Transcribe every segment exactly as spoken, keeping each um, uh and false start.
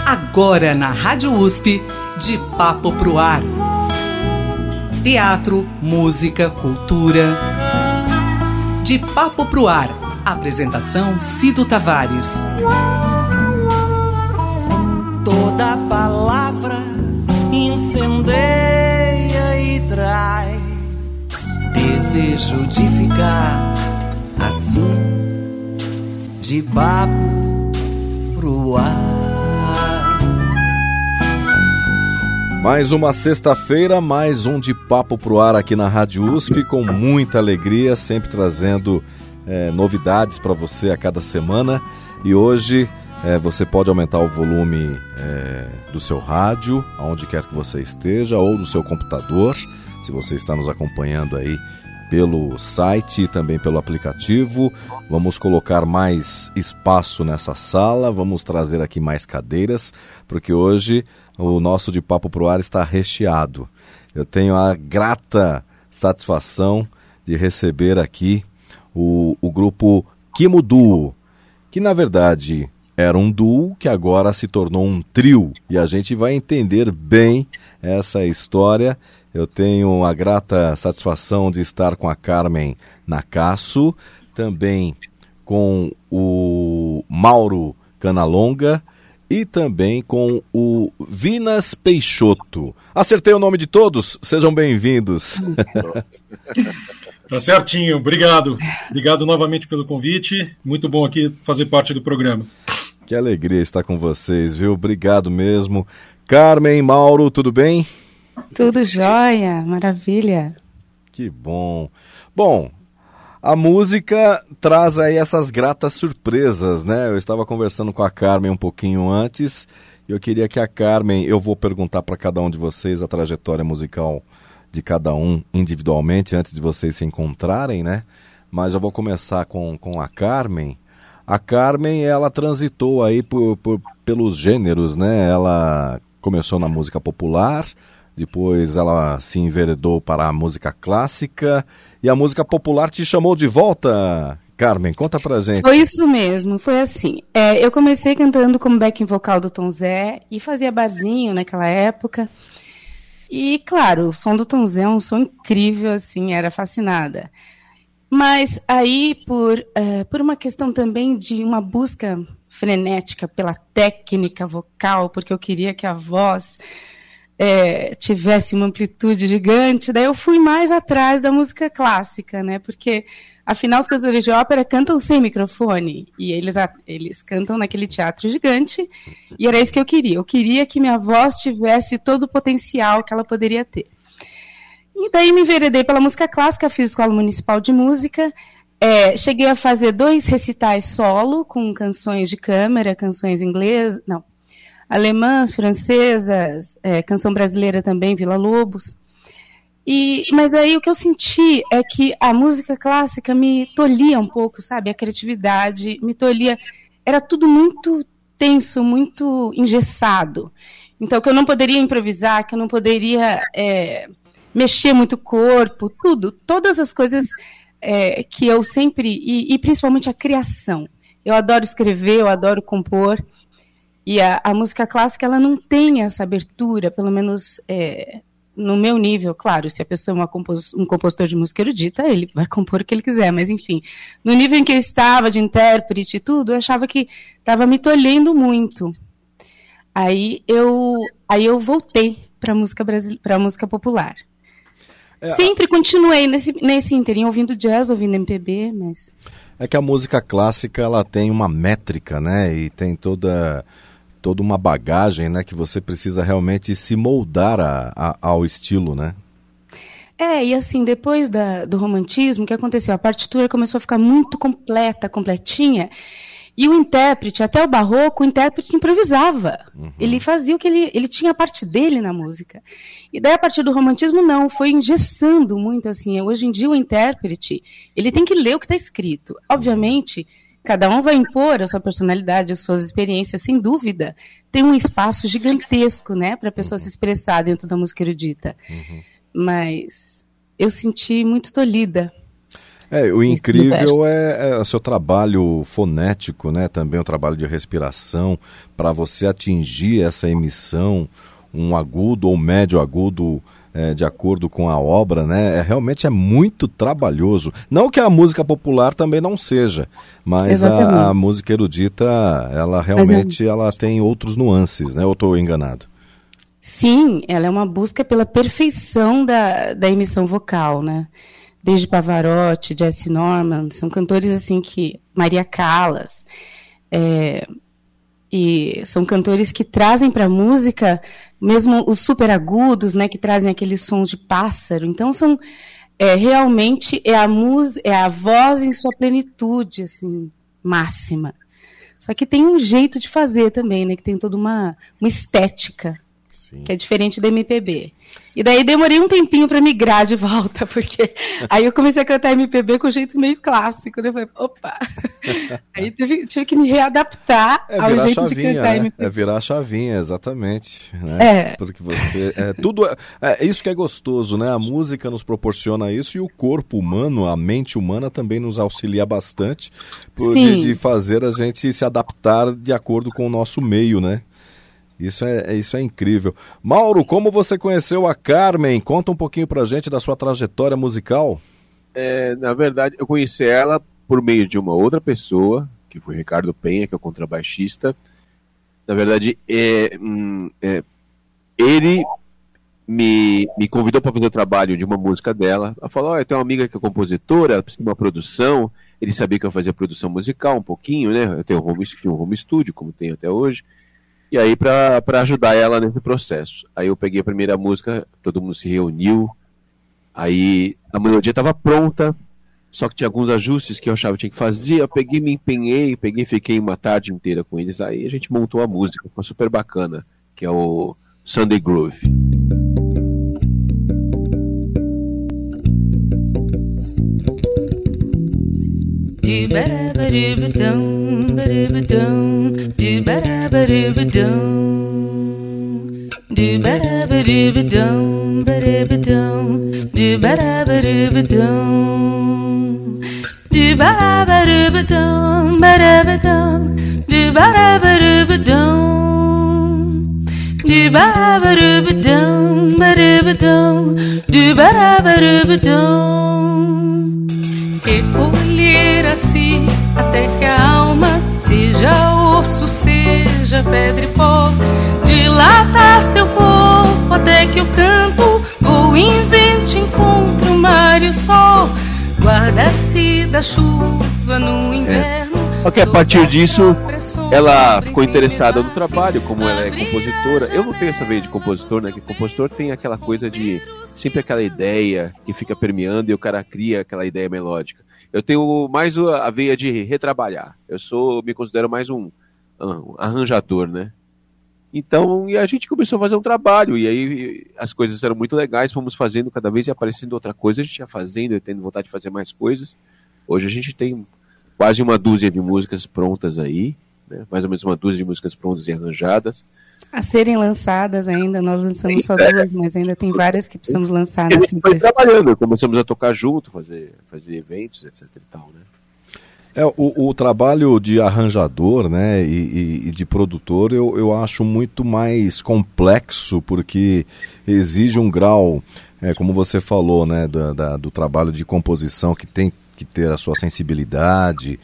Agora na Rádio U S P, De Papo Pro Ar. Teatro, música, cultura. De Papo Pro Ar. Apresentação Cido Tavares. Toda palavra incendeia e traz desejo de ficar assim, de papo pro ar. Mais uma sexta-feira, mais um De Papo Pro Ar aqui na Rádio U S P, com muita alegria, sempre trazendo é, novidades para você a cada semana. E hoje é, você pode aumentar o volume é, do seu rádio, aonde quer que você esteja, ou do seu computador, se você está nos acompanhando aí pelo site e também pelo aplicativo. Vamos colocar mais espaço nessa sala, vamos trazer aqui mais cadeiras, porque hoje o nosso De Papo Pro Ar está recheado. Eu tenho a grata satisfação de receber aqui o, o grupo Quimo Duo, que na verdade era um duo que agora se tornou um trio, e a gente vai entender bem essa história. Eu tenho a grata satisfação de estar com a Carmen Nacasso, também com o Mauro Canalonga e também com o Vinas Peixoto. Acertei o nome de todos? Sejam bem-vindos. Tá certinho, obrigado. Obrigado novamente pelo convite. Muito bom aqui fazer parte do programa. Que alegria estar com vocês, viu? Obrigado mesmo. Carmen, Mauro, tudo bem? Tudo jóia, maravilha. Que bom. Bom, a música traz aí essas gratas surpresas, né? Eu estava conversando com a Carmen um pouquinho antes e eu queria que a Carmen, eu vou perguntar para cada um de vocês a trajetória musical de cada um individualmente antes de vocês se encontrarem, né? Mas eu vou começar com, com a Carmen. A Carmen, ela transitou aí por, por, pelos gêneros, né? Ela começou na música popular, depois ela se enveredou para a música clássica, e a música popular te chamou de volta, Carmen, conta pra gente. Foi isso mesmo, foi assim. É, eu comecei cantando como backing vocal do Tom Zé, e fazia barzinho naquela época. E, claro, o som do Tom Zé é um som incrível, assim, era fascinada. Mas aí, por, uh, por uma questão também de uma busca frenética pela técnica vocal, porque eu queria que a voz é, tivesse uma amplitude gigante, daí eu fui mais atrás da música clássica, né? Porque, afinal, os cantores de ópera cantam sem microfone, e eles, eles cantam naquele teatro gigante, e era isso que eu queria. Eu queria que minha voz tivesse todo o potencial que ela poderia ter. E daí me enveredei pela música clássica, fiz Escola Municipal de Música, é, cheguei a fazer dois recitais solo, com canções de câmara, canções inglesas, não, alemãs, francesas, é, canção brasileira também, Vila Lobos. E, mas aí o que eu senti é que a música clássica me tolhia um pouco, sabe? A criatividade me tolhia. Era tudo muito tenso, muito engessado. Então, que eu não poderia improvisar, que eu não poderia é, mexer muito o corpo, tudo. Todas as coisas é, que eu sempre... E, e principalmente a criação. Eu adoro escrever, eu adoro compor. E a, a música clássica, ela não tem essa abertura, pelo menos é, no meu nível. Claro, se a pessoa é uma compos, um compositor de música erudita, ele vai compor o que ele quiser, mas enfim. No nível em que eu estava, de intérprete e tudo, eu achava que estava me tolhendo muito. Aí eu, aí eu voltei para a música, brasile... música popular. É, Sempre continuei nesse, nesse ínterim, ouvindo jazz, ouvindo M P B, mas... É que a música clássica, ela tem uma métrica, né? E tem toda... toda uma bagagem, né, que você precisa realmente se moldar a, a, ao estilo, né? É, e assim, depois da, do romantismo, o que aconteceu? A partitura começou a ficar muito completa, completinha, e o intérprete, até o barroco, o intérprete improvisava. Uhum. Ele fazia o que ele... Ele tinha a parte dele na música. E daí, a partir do romantismo, não, foi engessando muito, assim. Hoje em dia, o intérprete, ele tem que ler o que está escrito. Obviamente... Cada um vai impor a sua personalidade, as suas experiências, sem dúvida. Tem um espaço gigantesco, né, para a pessoa se expressar dentro da música erudita. Uhum. Mas eu senti muito tolhida. É, o incrível é, é o seu trabalho fonético, né? Também o trabalho de respiração, para você atingir essa emissão, um agudo ou médio agudo, é, de acordo com a obra, né? É, realmente é muito trabalhoso. Não que a música popular também não seja, mas a, a música erudita, ela realmente é... ela tem outros nuances, né? Ou estou enganado? Sim, ela é uma busca pela perfeição da, da emissão vocal, né? Desde Pavarotti, Jesse Norman, são cantores assim que... Maria Callas, é, e são cantores que trazem para a música, mesmo os super agudos, né, que trazem aqueles sons de pássaro. Então, são, é, realmente é a, mus, é a voz em sua plenitude, assim, máxima. Só que tem um jeito de fazer também, né, que tem toda uma, uma estética. Sim. Que é diferente da M P B. E daí demorei um tempinho para migrar de volta, porque aí eu comecei a cantar M P B com um jeito meio clássico, né? Eu falei, opa! Aí tive, tive que me readaptar é ao jeito chavinha, de cantar né? M P B. É virar a chavinha, exatamente. Né? É. Porque você... É, tudo é, é isso que é gostoso, né? A música nos proporciona isso e o corpo humano, a mente humana também nos auxilia bastante por, de, de fazer a gente se adaptar de acordo com o nosso meio, né? Isso é, isso é incrível. Mauro, como você conheceu a Carmen? Conta um pouquinho pra gente da sua trajetória musical. É, na verdade, eu conheci ela por meio de uma outra pessoa, que foi Ricardo Penha, que é o contrabaixista. Na verdade, é, é, ele me, me convidou para fazer o trabalho de uma música dela. Ela falou, oh, eu tenho uma amiga que é compositora, ela precisa de uma produção. Ele sabia que eu fazia produção musical um pouquinho, né? Eu tenho um home, um home studio, como tenho até hoje. E aí, para ajudar ela nesse processo. Aí eu peguei a primeira música, todo mundo se reuniu, aí a melodia estava pronta, só que tinha alguns ajustes que eu achava que tinha que fazer, eu peguei, me empenhei, peguei, fiquei uma tarde inteira com eles, aí a gente montou a música, ficou super bacana, que é o Sunday Groove. Do ba ba do ba dum ba do ba dum do ba ba do ba dum do ba ba do ba dum ba do ba dum do ba ba do ba dum do ba ba do ba dum ba do ba dum do ba ba do ba dum do ba ba do ba dum ba do ba dum do ba ba do ba dum. Recolher a si até que a alma seja osso, seja pedra e pó, dilatar seu corpo até que o canto voe, invente, encontre o mar e o sol, guarda-se da chuva no inverno. É. Ok, a partir disso, ela ficou interessada no trabalho, como ela é compositora. Eu não tenho essa veia de compositor, né? Que compositor tem aquela coisa de sempre aquela ideia que fica permeando e o cara cria aquela ideia melódica. Eu tenho mais a veia de retrabalhar. Eu sou, me considero mais um, um arranjador, né? Então, e a gente começou a fazer um trabalho, e aí as coisas eram muito legais, fomos fazendo cada vez e aparecendo outra coisa, a gente ia fazendo, eu tendo vontade de fazer mais coisas. Hoje a gente tem quase uma dúzia de músicas prontas aí, né? Mais ou menos uma dúzia de músicas prontas e arranjadas. A serem lançadas ainda, nós lançamos só duas, mas ainda tem várias que precisamos lançar. A gente foi trabalhando, começamos a tocar junto, fazer, fazer eventos, etc e tal, né? É, o, o trabalho de arranjador, né, e, e, e de produtor eu, eu acho muito mais complexo, porque exige um grau, é, como você falou, né, do, da, do trabalho de composição que tem que ter a sua sensibilidade,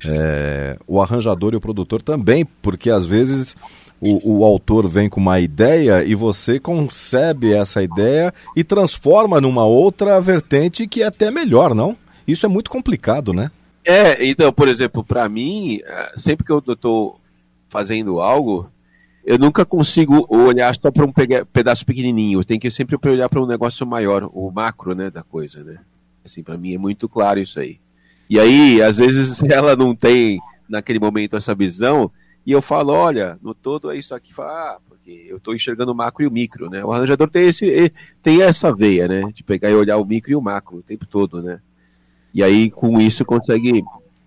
é, o arranjador e o produtor também, porque às vezes o, o autor vem com uma ideia e você concebe essa ideia e transforma numa outra vertente que é até melhor, não? Isso é muito complicado, né? É, então, por exemplo, para mim, sempre que eu estou fazendo algo, eu nunca consigo olhar só para um pedaço pequenininho. Eu tenho que sempre olhar para um negócio maior, o macro, né, da coisa, né? Assim, para mim é muito claro isso aí. E aí, às vezes, ela não tem, naquele momento, essa visão, e eu falo, olha, no todo é isso aqui, ah, porque eu estou enxergando o macro e o micro, né? O arranjador tem, esse, tem essa veia, né, de pegar e olhar o micro e o macro o tempo todo, né? E aí, com isso, consegue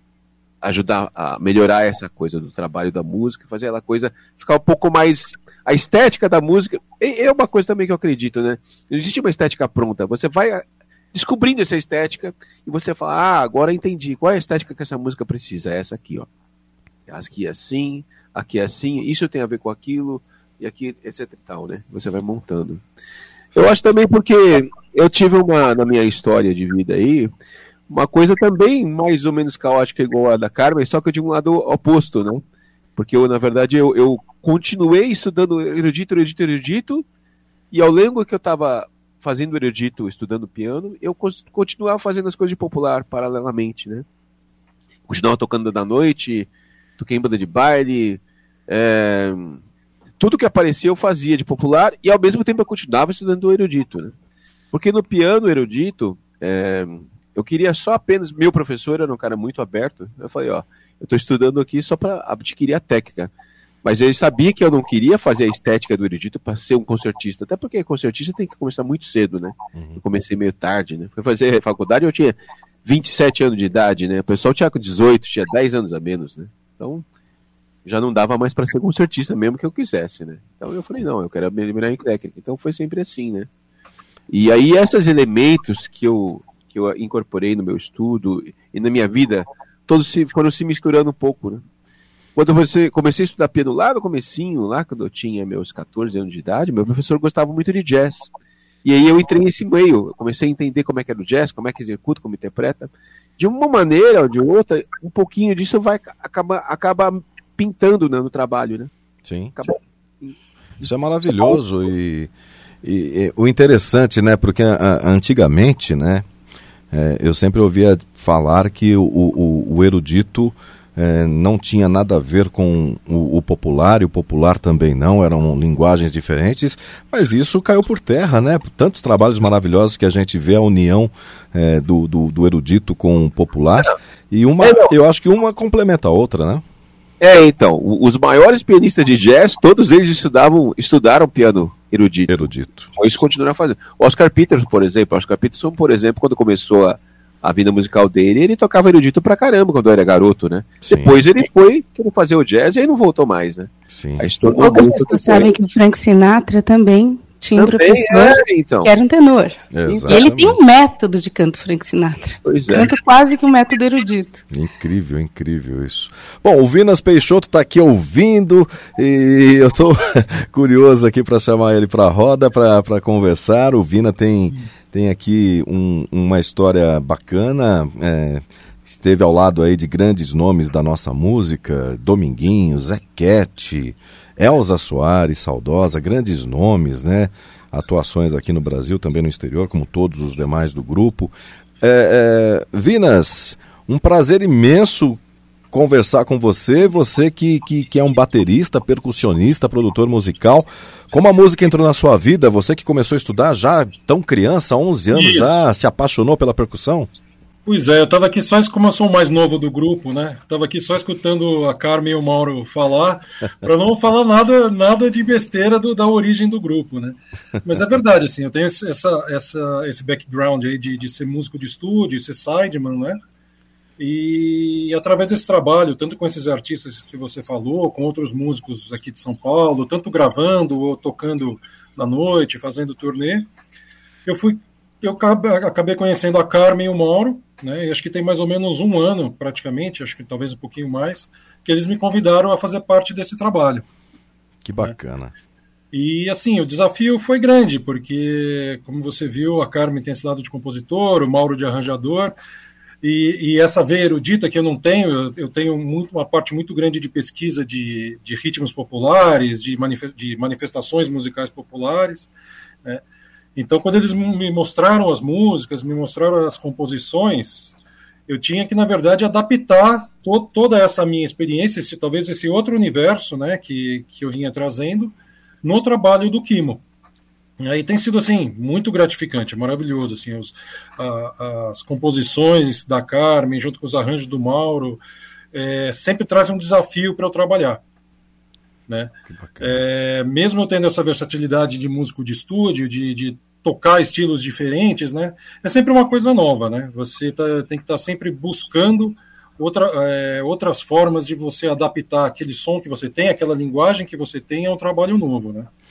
ajudar a melhorar essa coisa do trabalho da música, fazer aquela coisa ficar um pouco mais... A estética da música é uma coisa também que eu acredito, né? Não existe uma estética pronta. Você vai descobrindo essa estética, e você fala, ah, agora entendi, qual é a estética que essa música precisa? É essa aqui, ó. Aqui é assim, aqui é assim, isso tem a ver com aquilo, e aqui, etc e tal, né? Você vai montando. Eu acho também porque eu tive uma, na minha história de vida aí, uma coisa também mais ou menos caótica igual a da Carmen, só que de um lado oposto, né? Porque eu, na verdade, eu, eu continuei estudando erudito, erudito, erudito, e ao longo que eu estava fazendo erudito, estudando piano, eu continuava fazendo as coisas de popular paralelamente, né? Continuava tocando da noite, toquei em banda de baile, é... tudo que aparecia eu fazia de popular, e ao mesmo tempo eu continuava estudando erudito, né? Porque no piano erudito, é... eu queria só apenas, meu professor era um cara muito aberto, eu falei, ó, eu estou estudando aqui só para adquirir a técnica. Mas ele sabia que eu não queria fazer a estética do erudito para ser um concertista. Até porque concertista tem que começar muito cedo, né? Uhum. Eu comecei meio tarde, né? Fui fazer faculdade, eu tinha vinte e sete anos de idade, né? O pessoal tinha dezoito, tinha dez anos a menos, né? Então, já não dava mais para ser concertista mesmo que eu quisesse, né? Então eu falei, não, eu quero me melhorar em técnica. Então foi sempre assim, né? E aí esses elementos que eu, que eu incorporei no meu estudo e na minha vida, todos se, foram se misturando um pouco, né? Quando eu comecei a estudar piano lá no comecinho, lá quando eu tinha meus catorze anos de idade, meu professor gostava muito de jazz. E aí eu entrei nesse meio, eu comecei a entender como é que era o jazz, como é que executa, como interpreta. De uma maneira ou de outra, um pouquinho disso vai acaba, acaba pintando, né, no trabalho, né? Sim. Acaba... Isso é maravilhoso e, e, e o interessante, né, porque a, antigamente, né, é, eu sempre ouvia falar que o, o, o erudito É, não tinha nada a ver com o, o popular, e o popular também não, eram linguagens diferentes, mas isso caiu por terra, né? Tantos trabalhos maravilhosos que a gente vê a união é, do, do, do erudito com o popular, e uma, eu acho que uma complementa a outra, né? É, então, os maiores pianistas de jazz, todos eles estudavam, estudaram piano erudito. Erudito. Isso continuaram fazendo. O Oscar Peterson, por exemplo, o Oscar Peterson, por exemplo, quando começou a a vida musical dele, ele tocava erudito pra caramba quando eu era garoto, né? Sim. Depois ele foi querer fazer o jazz e aí não voltou mais, né? Sim. Poucas pessoas sabem que o Frank Sinatra também tinha um também professor é, então. que era um tenor. Exatamente. E ele tem um método de canto Frank Sinatra. Pois é. Canto quase que um método erudito. Incrível, incrível isso. Bom, o Vinas Peixoto está aqui ouvindo e eu estou curioso aqui para chamar ele para a roda, para conversar. O Vina tem... Tem aqui um, uma história bacana, é, esteve ao lado aí de grandes nomes da nossa música, Dominguinho, Zequete, Elza Soares, saudosa, grandes nomes, né? Atuações aqui no Brasil, também no exterior, como todos os demais do grupo. É, é, Vinas, um prazer imenso conversar com você, você que, que, que é um baterista, percussionista, produtor musical. Como a música entrou na sua vida, você que começou a estudar já tão criança, onze anos, Isso. já se apaixonou pela percussão? Pois é, eu estava aqui só, como eu sou o mais novo do grupo, né? Estava aqui só escutando a Carmen e o Mauro falar, para não falar nada, nada de besteira do, da origem do grupo, né? Mas é verdade, assim, eu tenho essa, essa, esse background aí de, de ser músico de estúdio, ser sideman, né? E através desse trabalho, tanto com esses artistas que você falou, com outros músicos aqui de São Paulo, tanto gravando ou tocando na noite, fazendo turnê, eu fui, eu acabei conhecendo a Carmen e o Mauro, né? E acho que tem mais ou menos um ano, praticamente, acho que talvez um pouquinho mais, que eles me convidaram a fazer parte desse trabalho. Que bacana. Né? E assim, o desafio foi grande, porque, como você viu, a Carmen tem esse lado de compositor, o Mauro de arranjador. E, e essa veia erudita que eu não tenho, eu, eu tenho muito, uma parte muito grande de pesquisa de, de ritmos populares, de, manifest, de manifestações musicais populares, né? Então, quando eles me mostraram as músicas, me mostraram as composições, eu tinha que, na verdade, adaptar to, toda essa minha experiência, esse, talvez esse outro universo, né, que, que eu vinha trazendo, no trabalho do Kimo. E aí tem sido, assim, muito gratificante, maravilhoso, assim, os, a, as composições da Carmen, junto com os arranjos do Mauro, é, sempre trazem um desafio para eu trabalhar, né? É, mesmo eu tendo essa versatilidade de músico de estúdio, de, de tocar estilos diferentes, né? É sempre uma coisa nova, né? Você tá, tem que estar tá sempre buscando outra, é, outras formas de você adaptar aquele som que você tem, aquela linguagem que você tem a um trabalho novo, né?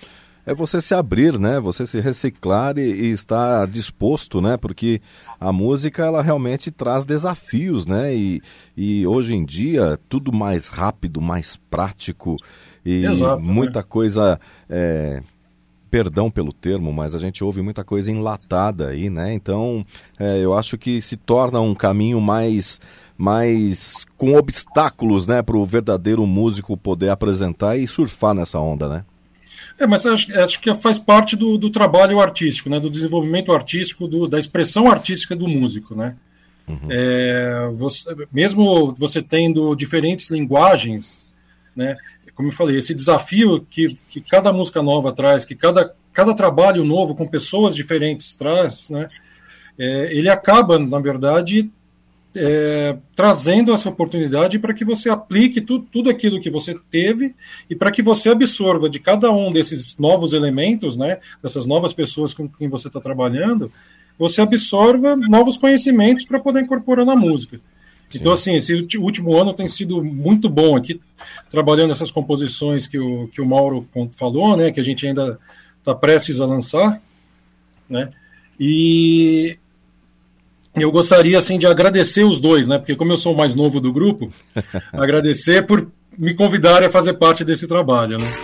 é você se abrir, né? Você se reciclar e, e estar disposto, né? Porque a música, ela realmente traz desafios, né? E, e hoje em dia, tudo mais rápido, mais prático e Exato, muita né? coisa... É... Perdão pelo termo, mas a gente ouve muita coisa enlatada aí, né? Então, é, eu acho que se torna um caminho mais, mais com obstáculos, né? Para o verdadeiro músico poder apresentar e surfar nessa onda, né? É, mas acho, acho que faz parte do, do trabalho artístico, né? Do desenvolvimento artístico, do, da expressão artística do músico, né? Uhum. É, você, mesmo você tendo diferentes linguagens, né? Como eu falei, esse desafio que, que cada música nova traz, que cada, cada trabalho novo com pessoas diferentes traz, né, é, ele acaba, na verdade, é, trazendo essa oportunidade para que você aplique tu, tudo aquilo que você teve e para que você absorva de cada um desses novos elementos, né, dessas novas pessoas com quem você está trabalhando, você absorva novos conhecimentos para poder incorporar na música. Então, assim, esse último ano tem sido muito bom aqui, trabalhando essas composições que o, que o Mauro falou, né, que a gente ainda está prestes a lançar, né, e eu gostaria, assim, de agradecer os dois, né, porque como eu sou o mais novo do grupo, agradecer por me convidarem a fazer parte desse trabalho, né.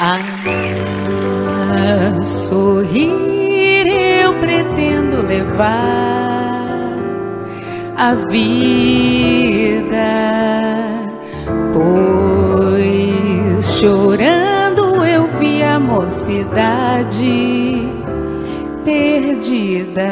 A sorrir eu pretendo levar a vida, pois chorando eu vi a mocidade perdida.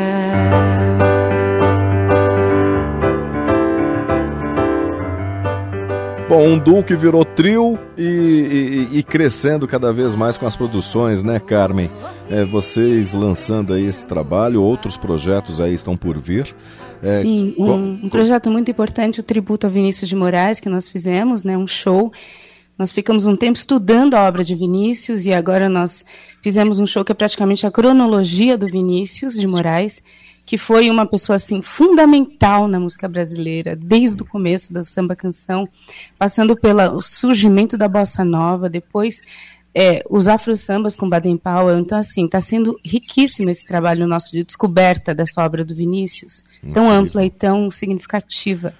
Bom, um duo que virou trio e, e, e crescendo cada vez mais com as produções, né, Carmen? É, vocês lançando aí esse trabalho, outros projetos aí estão por vir. É, Sim, um, com... um projeto muito importante, o tributo a Vinícius de Moraes, que nós fizemos, né, um show. Nós ficamos um tempo estudando a obra de Vinícius e agora nós fizemos um show que é praticamente a cronologia do Vinícius de Moraes, que foi uma pessoa assim fundamental na música brasileira, desde o começo da samba-canção, passando pelo surgimento da bossa nova, depois é, os afro-sambas com Baden-Powell. Então, assim, está sendo riquíssimo esse trabalho nosso de descoberta dessa obra do Vinícius, tão ampla e tão significativa.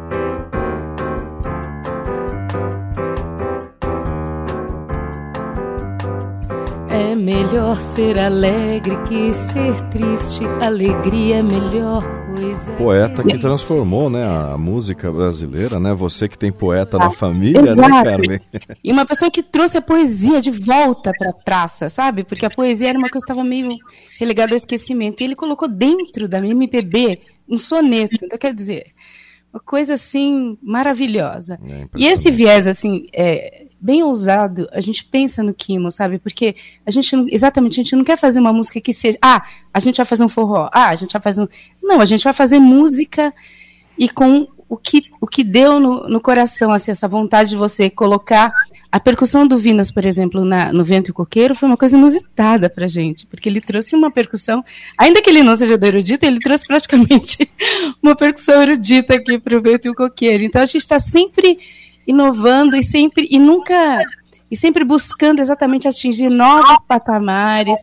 É melhor ser alegre que ser triste. Alegria é a melhor coisa. Poeta que transformou, né, a música brasileira, né? Você que tem poeta na família, Exato. Né, Carmen? E uma pessoa que trouxe a poesia de volta para a praça, sabe? Porque a poesia era uma coisa que estava meio relegada ao esquecimento. E ele colocou dentro da M P B um soneto. Então, quer dizer, uma coisa assim maravilhosa. É e esse viés assim é, bem ousado, a gente pensa no Kimo, sabe? Porque a gente não, exatamente, a gente não quer fazer uma música que seja, ah, a gente vai fazer um forró, ah, a gente vai fazer um... Não, a gente vai fazer música e com o que, o que deu no, no coração, assim, essa vontade de você colocar a percussão do Vinas, por exemplo, na, no Vento e o Coqueiro, foi uma coisa inusitada pra gente, porque ele trouxe uma percussão, ainda que ele não seja do erudito, ele trouxe praticamente uma percussão erudita aqui pro Vento e o Coqueiro. Então a gente está sempre inovando e sempre e nunca e sempre buscando exatamente atingir novos patamares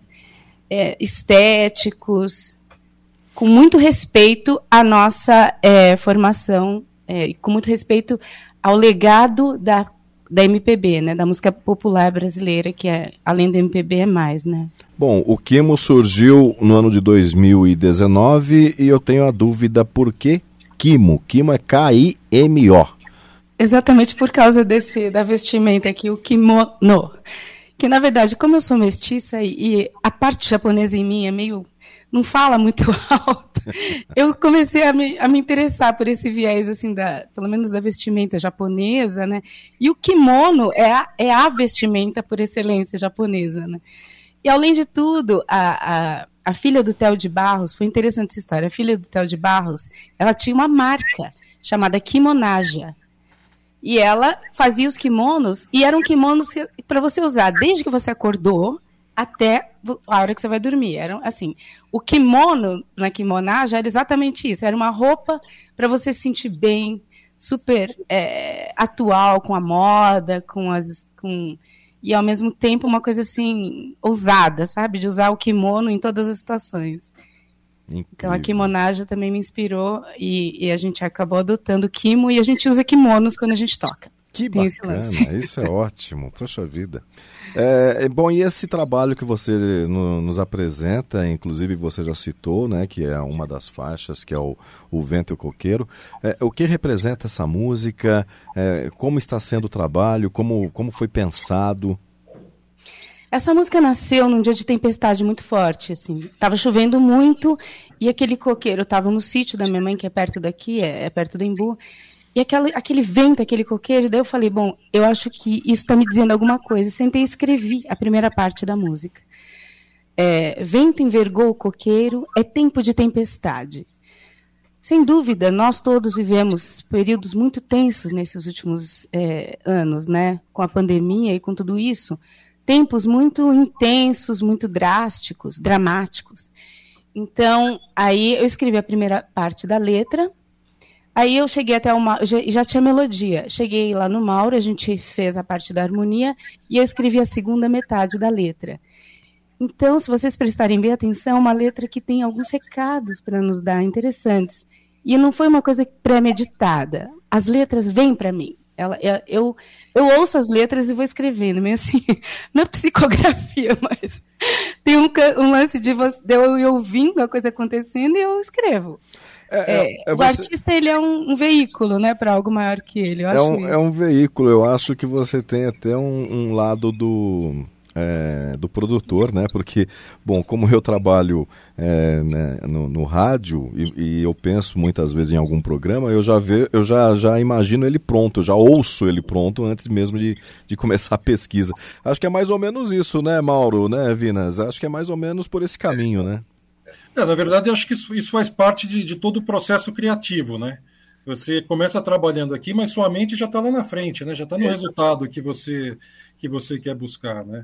é, estéticos, com muito respeito à nossa é, formação é, e com muito respeito ao legado da da M P B, né, da música popular brasileira, que é, além da M P B é mais, né? Bom, o Kimo surgiu no ano de dois mil e dezenove e eu tenho a dúvida por que Kimo? Kimo é K I M O. Exatamente por causa desse, da vestimenta aqui, o kimono. Que, na verdade, como eu sou mestiça e, e a parte japonesa em mim é meio... não fala muito alto, eu comecei a me, a me interessar por esse viés, assim, da, pelo menos da vestimenta japonesa, né? E o kimono é a, é a vestimenta por excelência japonesa, né? E, além de tudo, a, a, a filha do Theo de Barros, foi interessante essa história, a filha do Theo de Barros, ela tinha uma marca chamada Kimonaja. E ela fazia os kimonos, e eram kimonos para você usar desde que você acordou até a hora que você vai dormir. Eram assim, o kimono na kimonaja era exatamente isso, era uma roupa para você se sentir bem, super é, atual com a moda, com as, com, e ao mesmo tempo uma coisa assim, ousada, sabe? De usar o kimono em todas as situações. Incrível. Então a kimonagem também me inspirou e, e a gente acabou adotando o kimo e a gente usa kimonos quando a gente toca. Que Tem bacana, isso é ótimo, poxa vida. É, é bom, e esse trabalho que você no, nos apresenta, inclusive você já citou, né, que é uma das faixas, que é o, o Vento e o Coqueiro, é, o que representa essa música, é, como está sendo o trabalho, como, como foi pensado? Essa música nasceu num dia de tempestade muito forte, assim, estava chovendo muito e aquele coqueiro estava no sítio da minha mãe, que é perto daqui, é, é perto do Embu. E aquele, aquele vento, aquele coqueiro, daí eu falei, bom, eu acho que isso está me dizendo alguma coisa. Sentei e escrevi a primeira parte da música. É, vento envergou o coqueiro, é tempo de tempestade. Sem dúvida, nós todos vivemos períodos muito tensos nesses últimos é, anos, né? Com a pandemia e com tudo isso. Tempos muito intensos, muito drásticos, dramáticos. Então, aí eu escrevi a primeira parte da letra. Aí eu cheguei até uma... Já, já tinha melodia. Cheguei lá no Mauro, a gente fez a parte da harmonia e eu escrevi a segunda metade da letra. Então, se vocês prestarem bem atenção, é uma letra que tem alguns recados para nos dar interessantes. E não foi uma coisa pré-meditada. As letras vêm para mim. Ela, eu, eu ouço as letras e vou escrevendo, meio assim, não é psicografia, mas tem um, um lance de, você, de eu ir ouvindo a coisa acontecendo e eu escrevo. É, é, é, o você... artista, ele é um, um veículo, né, para algo maior que ele. Eu é, acho um, é um veículo, eu acho que você tem até um, um lado do... É, do produtor, né? Porque, bom, como eu trabalho é, né, no, no rádio e, e eu penso muitas vezes em algum programa, eu já ve, eu já, já imagino ele pronto, eu já ouço ele pronto antes mesmo de, de começar a pesquisa. Acho que é mais ou menos isso, né, Mauro, né, Vinas? Acho que é mais ou menos por esse caminho, né? É, na verdade, eu acho que isso, isso faz parte de, de todo o processo criativo, né? Você começa trabalhando aqui, mas sua mente já está lá na frente, né? Já está no resultado que você, que você quer buscar, né?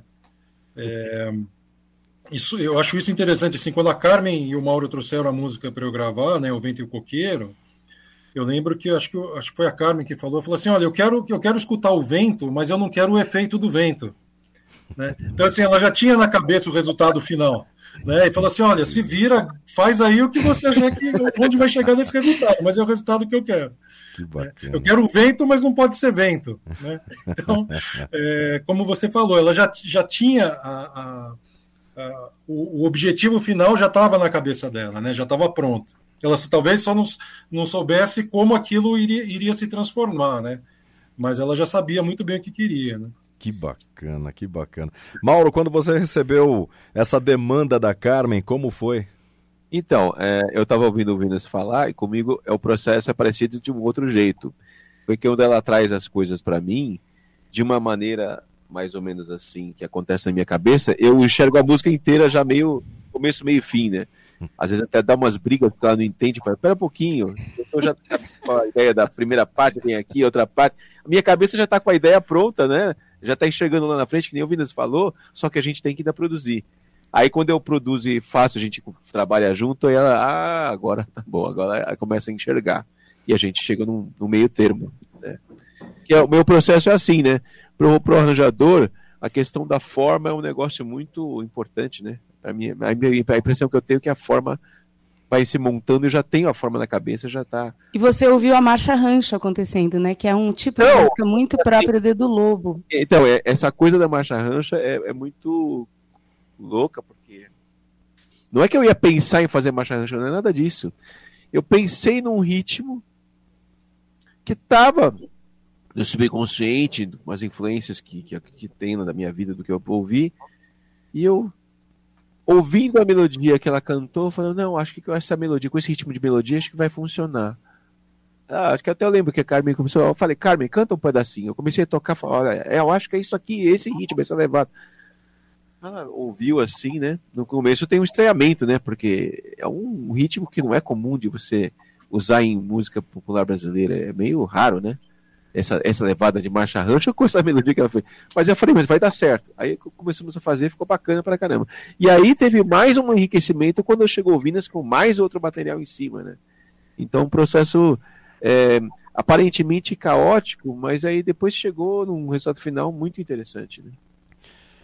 É, isso, eu acho isso interessante, assim, quando a Carmen e o Mauro trouxeram a música para eu gravar, né, O Vento e o Coqueiro, eu lembro que acho que, acho que foi a Carmen que falou, falou assim, olha, eu quero, eu quero escutar o vento, mas eu não quero o efeito do vento, né? Então, assim, ela já tinha na cabeça o resultado final, né? E falou assim, olha, se vira, faz aí o que você achar que onde vai chegar nesse resultado, mas é o resultado que eu quero. Que bacana. Eu quero o vento, mas não pode ser vento, né? Então, é, como você falou, ela já, já tinha a, a, a, o, o objetivo final já estava na cabeça dela, né? Já estava pronto. Ela talvez só não, não soubesse como aquilo iria, iria se transformar, né? Mas ela já sabia muito bem o que queria, né? Que bacana, que bacana. Mauro, quando você recebeu essa demanda da Carmen, como foi? Então, é, eu estava ouvindo o Vinas falar e comigo é, o processo é parecido de um outro jeito. Porque quando ela traz as coisas para mim, de uma maneira mais ou menos assim, que acontece na minha cabeça, eu enxergo a música inteira já meio, começo, meio fim, né? Às vezes até dá umas brigas que ela não entende, fala, pera um pouquinho, eu já com a ideia da primeira parte, vem aqui, outra parte. A minha cabeça já está com a ideia pronta, né? Já está enxergando lá na frente, que nem o Vinas falou, só que a gente tem que ainda produzir. Aí quando eu produzo e faço, a gente trabalha junto, aí ela, ah, agora tá bom, agora começa a enxergar. E a gente chega num, num meio termo, né? Que é, o meu processo é assim, né? Pro, pro arranjador, a questão da forma é um negócio muito importante, né? Pra mim, a, a impressão que eu tenho é que a forma vai se montando, eu já tenho a forma na cabeça, já tá... E você ouviu a marcha rancho acontecendo, né? Que é um tipo Não, de música muito própria do Edu Lobo. Então, é, essa coisa da marcha rancho é, é muito... louca, porque não é que eu ia pensar em fazer marcha rancho, não é nada disso. Eu pensei num ritmo que estava no subconsciente, umas influências que, que, que tem na minha vida, do que eu ouvi, e eu, ouvindo a melodia que ela cantou, falando, não, acho que com essa melodia, com esse ritmo de melodia, acho que vai funcionar. Ah, acho que até eu lembro que a Carmen começou, eu falei, Carmen, canta um pedacinho. Eu comecei a tocar, falei, olha, eu acho que é isso aqui, esse ritmo, essa levada. Ela ouviu assim, né? No começo tem um estranhamento, né? Porque é um ritmo que não é comum de você usar em música popular brasileira. É meio raro, né? Essa, essa levada de marcha rancho com essa melodia que ela fez. Mas eu falei, mas vai dar certo. Aí começamos a fazer, ficou bacana pra caramba. E aí teve mais um enriquecimento quando chegou o Vinas com mais outro material em cima, né? Então um processo é, aparentemente caótico, mas aí depois chegou num resultado final muito interessante, né?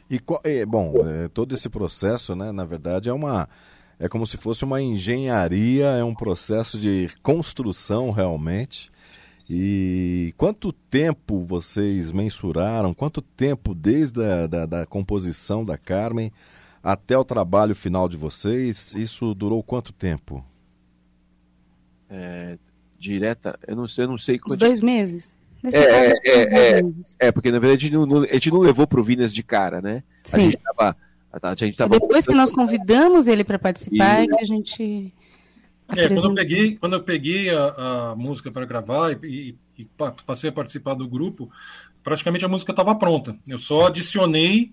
E, é, bom, é, todo esse processo, né, na verdade, é uma é como se fosse uma engenharia, é um processo de construção realmente. E quanto tempo vocês mensuraram, quanto tempo desde a da, da composição da Carmen até o trabalho final de vocês, isso durou quanto tempo? É, direta, eu não sei, eu não sei quanto... Dois meses. Nesse é, caso, é, é, dois meses. É, porque na verdade a gente não, a gente não levou pro Vinas de cara, né? Sim. A gente tava, a gente tava depois que nós convidamos ele para participar, e... é que a gente... É, quando eu peguei, quando eu peguei a, a música para gravar e, e, e passei a participar do grupo, praticamente a música estava pronta. Eu só adicionei,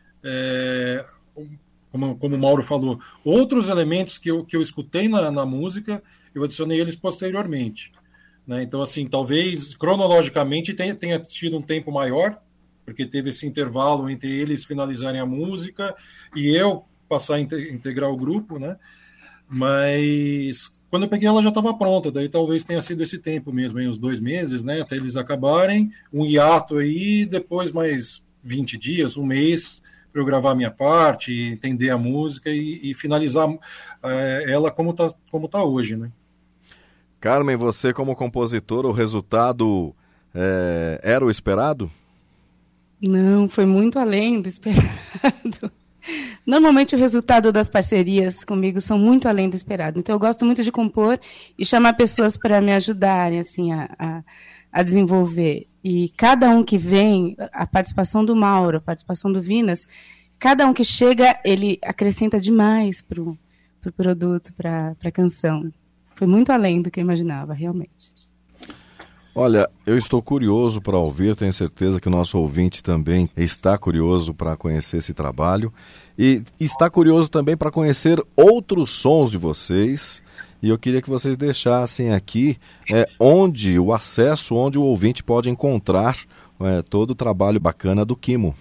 é, como, como o Mauro falou, outros elementos que eu, que eu escutei na, na música, eu adicionei eles posteriormente. Né? Então, assim, talvez cronologicamente tenha, tenha tido um tempo maior, porque teve esse intervalo entre eles finalizarem a música e eu passar a integrar o grupo, né? Mas quando eu peguei ela já estava pronta, daí talvez tenha sido esse tempo mesmo, aí, uns dois meses, né, até eles acabarem, um hiato aí, depois mais vinte dias, um mês, para eu gravar a minha parte, entender a música e, e finalizar é, ela como está como tá hoje, né. Carmen, você como compositora, o resultado é, era o esperado? Não, foi muito além do esperado. Normalmente o resultado das parcerias comigo são muito além do esperado. Então eu gosto muito de compor e chamar pessoas para me ajudarem assim, a, a, a desenvolver. E cada um que vem, a participação do Mauro, a participação do Vinas, cada um que chega, ele acrescenta demais para o pro produto, para a canção. Foi muito além do que eu imaginava, realmente. Olha, eu estou curioso para ouvir, tenho certeza que o nosso ouvinte também está curioso para conhecer esse trabalho e está curioso também para conhecer outros sons de vocês, e eu queria que vocês deixassem aqui é, onde o acesso, onde o ouvinte pode encontrar é, todo o trabalho bacana do Kimo.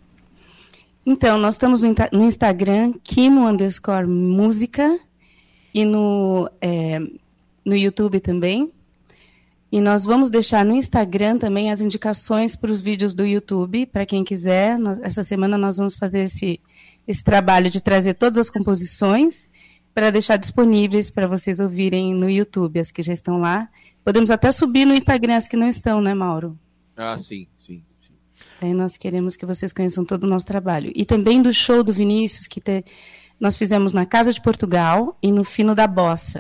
Então, nós estamos no, no Instagram, Kimo underscore música, e no, é, no YouTube também. E nós vamos deixar no Instagram também as indicações para os vídeos do YouTube, para quem quiser. Nós, essa semana nós vamos fazer esse, esse trabalho de trazer todas as composições para deixar disponíveis para vocês ouvirem no YouTube, as que já estão lá. Podemos até subir no Instagram as que não estão, né, Mauro? Ah, sim, sim. sim. Aí nós queremos que vocês conheçam todo o nosso trabalho. E também do show do Vinícius, que te, nós fizemos na Casa de Portugal e no Fino da Bossa.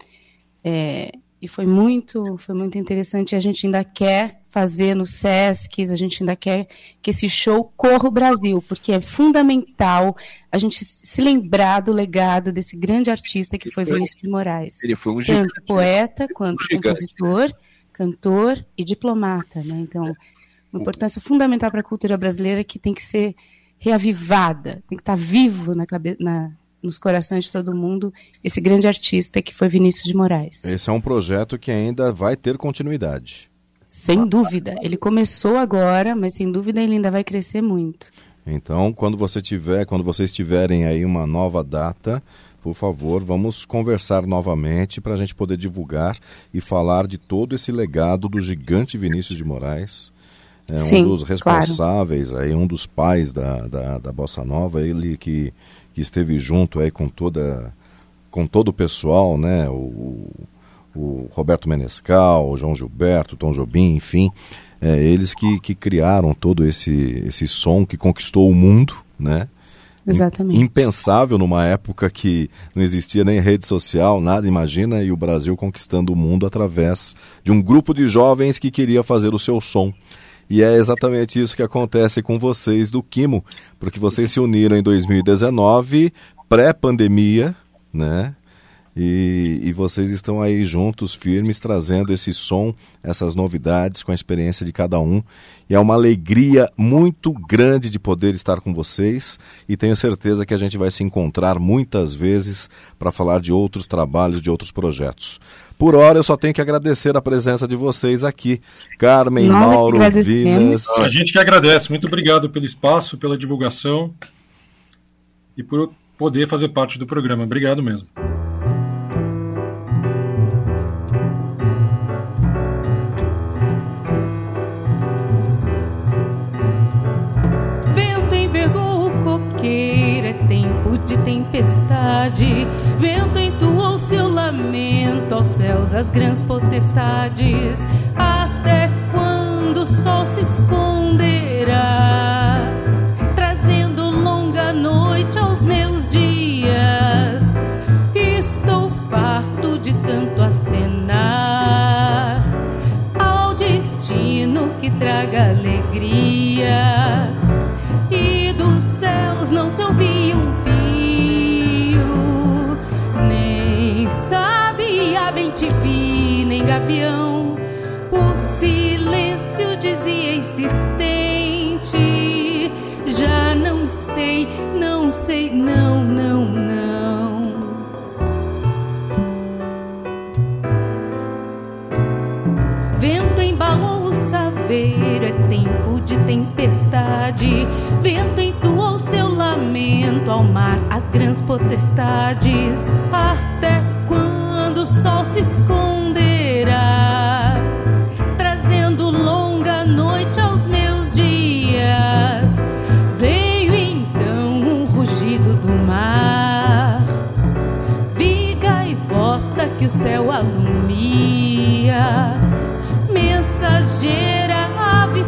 É... E foi muito, foi muito interessante. A gente ainda quer fazer no Sesc, a gente ainda quer que esse show corra o Brasil, porque é fundamental a gente se lembrar do legado desse grande artista que foi Vinícius de Moraes. Ele foi um gigante, tanto poeta, quanto um compositor, cantor e diplomata. Né? Então, uma importância fundamental para a cultura brasileira que tem que ser reavivada, tem que estar vivo na cabeça... Na, nos corações de todo mundo, esse grande artista que foi Vinícius de Moraes. Esse é um projeto que ainda vai ter continuidade. Sem dúvida. Ele começou agora, mas sem dúvida ele ainda vai crescer muito. Então, quando você tiver, quando vocês tiverem aí uma nova data, por favor, vamos conversar novamente para a gente poder divulgar e falar de todo esse legado do gigante Vinícius de Moraes. É um Sim, dos responsáveis, claro. aí, um dos pais da, da, da Bossa Nova, ele que, que esteve junto aí com, toda, com todo o pessoal, né? O, o Roberto Menescal, o João Gilberto, o Tom Jobim, enfim, é, eles que, que criaram todo esse, esse som que conquistou o mundo, né? Exatamente. Impensável numa época que não existia nem rede social, nada, imagina, e o Brasil conquistando o mundo através de um grupo de jovens que queria fazer o seu som. E é exatamente isso que acontece com vocês do Kimo, porque vocês se uniram em dois mil e dezenove, pré-pandemia, né? E, e vocês estão aí juntos, firmes, trazendo esse som, essas novidades com a experiência de cada um. E é uma alegria muito grande de poder estar com vocês e tenho certeza que a gente vai se encontrar muitas vezes para falar de outros trabalhos, de outros projetos. Por hora eu só tenho que agradecer a presença de vocês aqui. Carmen, Nós Mauro, Vinas. A gente que agradece. Muito obrigado pelo espaço, pela divulgação e por poder fazer parte do programa. Obrigado mesmo. Vento envergou o barqueira, é tempo de tempestade. Vento entoou seu lamento aos céus, as grandes potestades. Até quando o sol se esconderá, trazendo longa noite aos meus dias? Estou farto de tanto acenar ao destino que traga alegria, e dos céus não se ouvia um pio, nem sabia bem te vi, nem gavião. O silêncio dizia insistente: já não sei, não sei, não, não, não. Vento embalou o saveiro, é tempo de tempestade. Vento entoou seu lamento ao mar, as grandes potestades. Até quando o sol se esconderá, trazendo longa noite aos meus dias? Veio então um rugido do mar, vi gaivota que o céu alumia, mensageira ave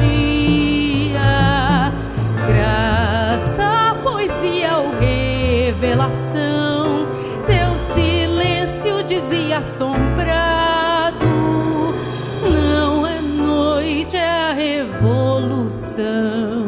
surgia, graça, poesia ou revelação. Seu silêncio dizia assombrado: não é noite, é a revolução.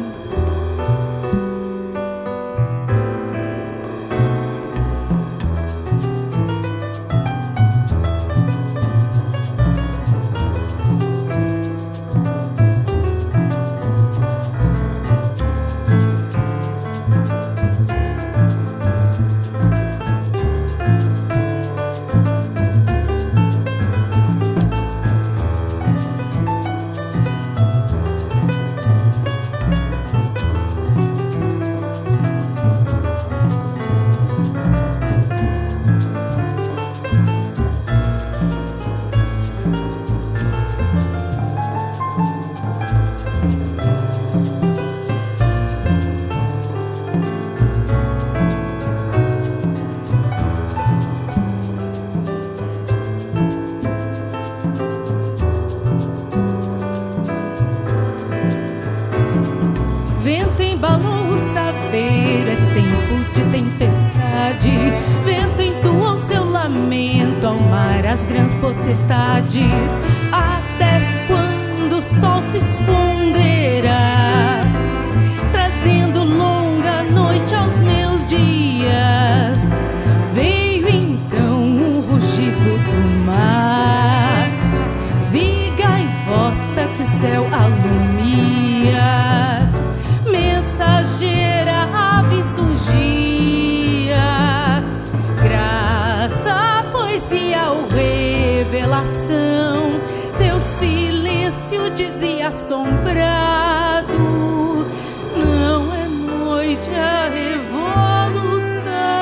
Potestades, até quando o sol se esconderá, trazendo longa noite aos meus dias? Veio então um rugido do mar, vi gaivota que o céu alumia, mensageira ave surgia, graça, poesia ou revelação. Seu silêncio dizia assombrado: não é noite, é a revolução.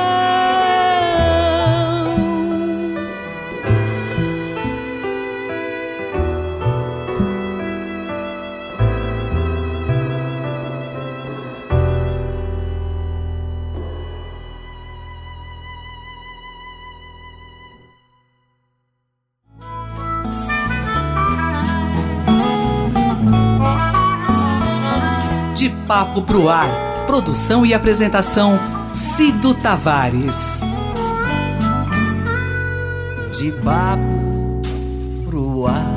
De Papo pro Ar. Produção e apresentação Cido Tavares. De papo pro ar.